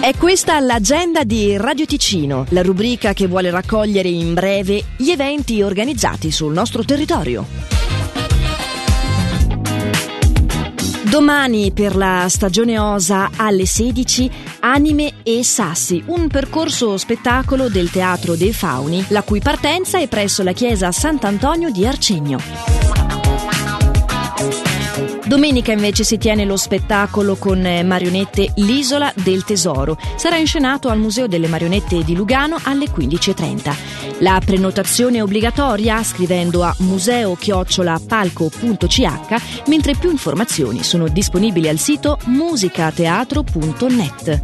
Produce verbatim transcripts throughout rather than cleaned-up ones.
È questa l'agenda di Radio Ticino, la rubrica che vuole raccogliere in breve gli eventi organizzati sul nostro territorio. Domani per la stagione Osa alle sedici Anime e Sassi, un percorso spettacolo del Teatro dei Fauni, la cui partenza è presso la chiesa Sant'Antonio di Arcegno. Domenica invece si tiene lo spettacolo con marionette L'isola del tesoro. Sarà inscenato al Museo delle Marionette di Lugano alle quindici e trenta. La prenotazione è obbligatoria scrivendo a museo chiocciola palco punto c h, mentre più informazioni sono disponibili al sito musicateatro punto net.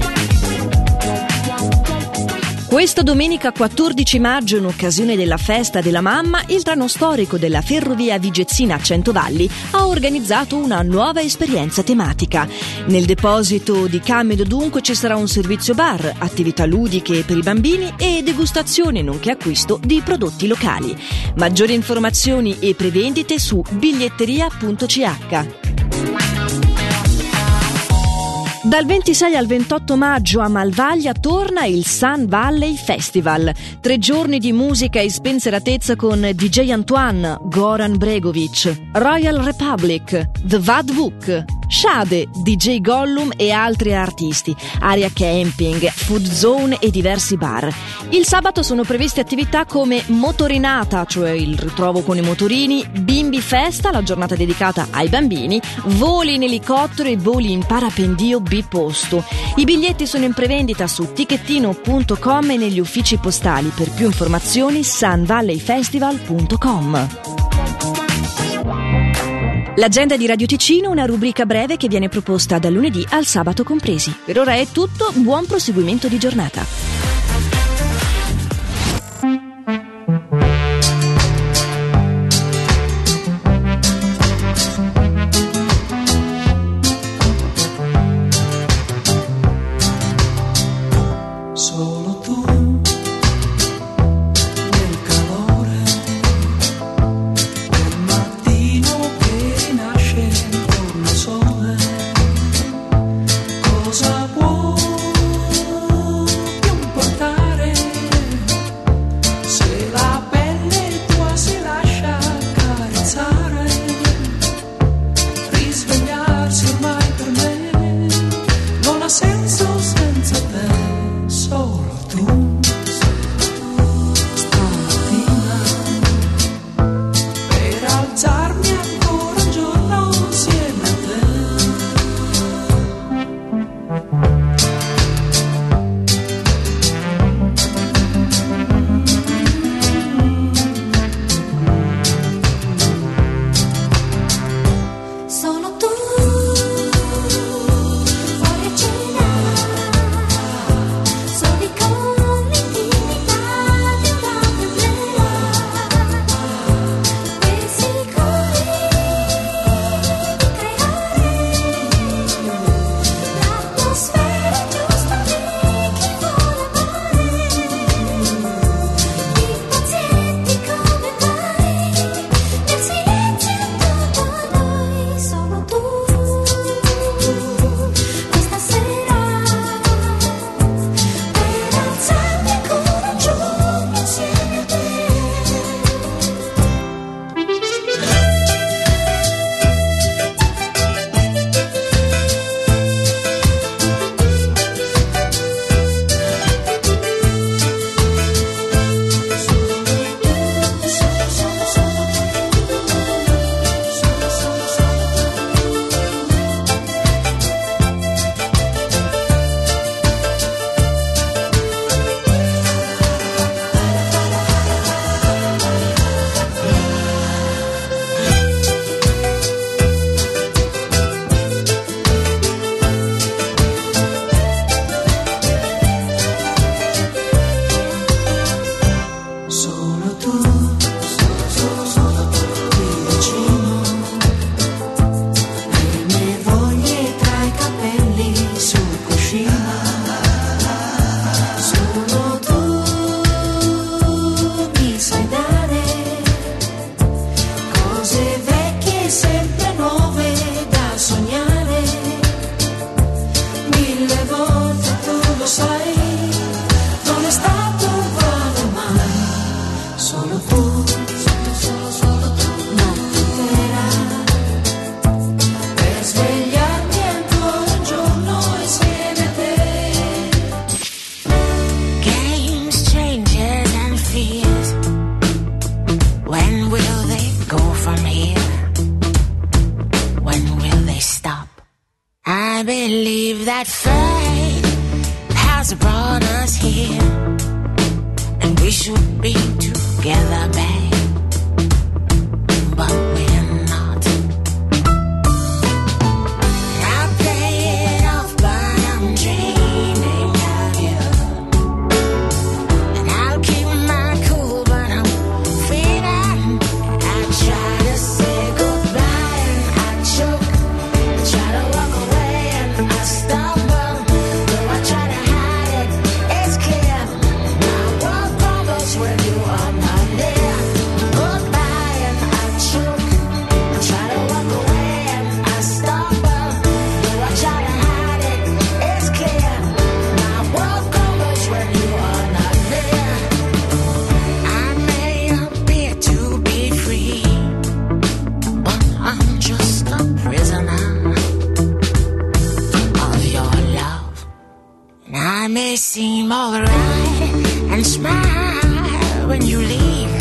Questa domenica quattordici maggio, in occasione della festa della mamma, il treno storico della ferrovia Vigezzina a Centovalli ha organizzato una nuova esperienza tematica. Nel deposito di Camedo dunque ci sarà un servizio bar, attività ludiche per i bambini e degustazione nonché acquisto di prodotti locali. Maggiori informazioni e prevendite su biglietteria punto c h. Dal ventisei al ventotto maggio a Malvaglia torna il Sun Valley Festival. Tre giorni di musica e spensieratezza con D J Antoine, Goran Bregovic, Royal Republic, The Vad Vuk, Shade, D J Gollum e altri artisti, area camping, food zone e diversi bar. Il sabato sono previste attività come motorinata, cioè il ritrovo con i motorini, bimbi festa, la giornata dedicata ai bambini, voli in elicottero e voli in parapendio biposto. I biglietti sono in prevendita su ticchettino punto com e negli uffici postali. Per più informazioni sun valley festival punto com. L'agenda di Radio Ticino, una rubrica breve che viene proposta dal lunedì al sabato compresi. Per ora è tutto, buon proseguimento di giornata. Solo tu, nel calore del mattino che nasce intorno al sole, cosa vuoi più un I believe that fate has brought us here, and we should be together, babe, but we're not. I play it off, but I'm dreaming of you, and I'll keep my cool, but I'm feeling. I try to say goodbye and I choke, I try to walk away and I stumble, though I try to hide it, it's clear, my world crumbles when you are not near. Goodbye and I choke, I try to walk away and I stumble, though I try to hide it, it's clear, my world crumbles when you are not near. I may appear to be free, but I'm just a prisoner of your love. And I may seem alright and smile when you leave,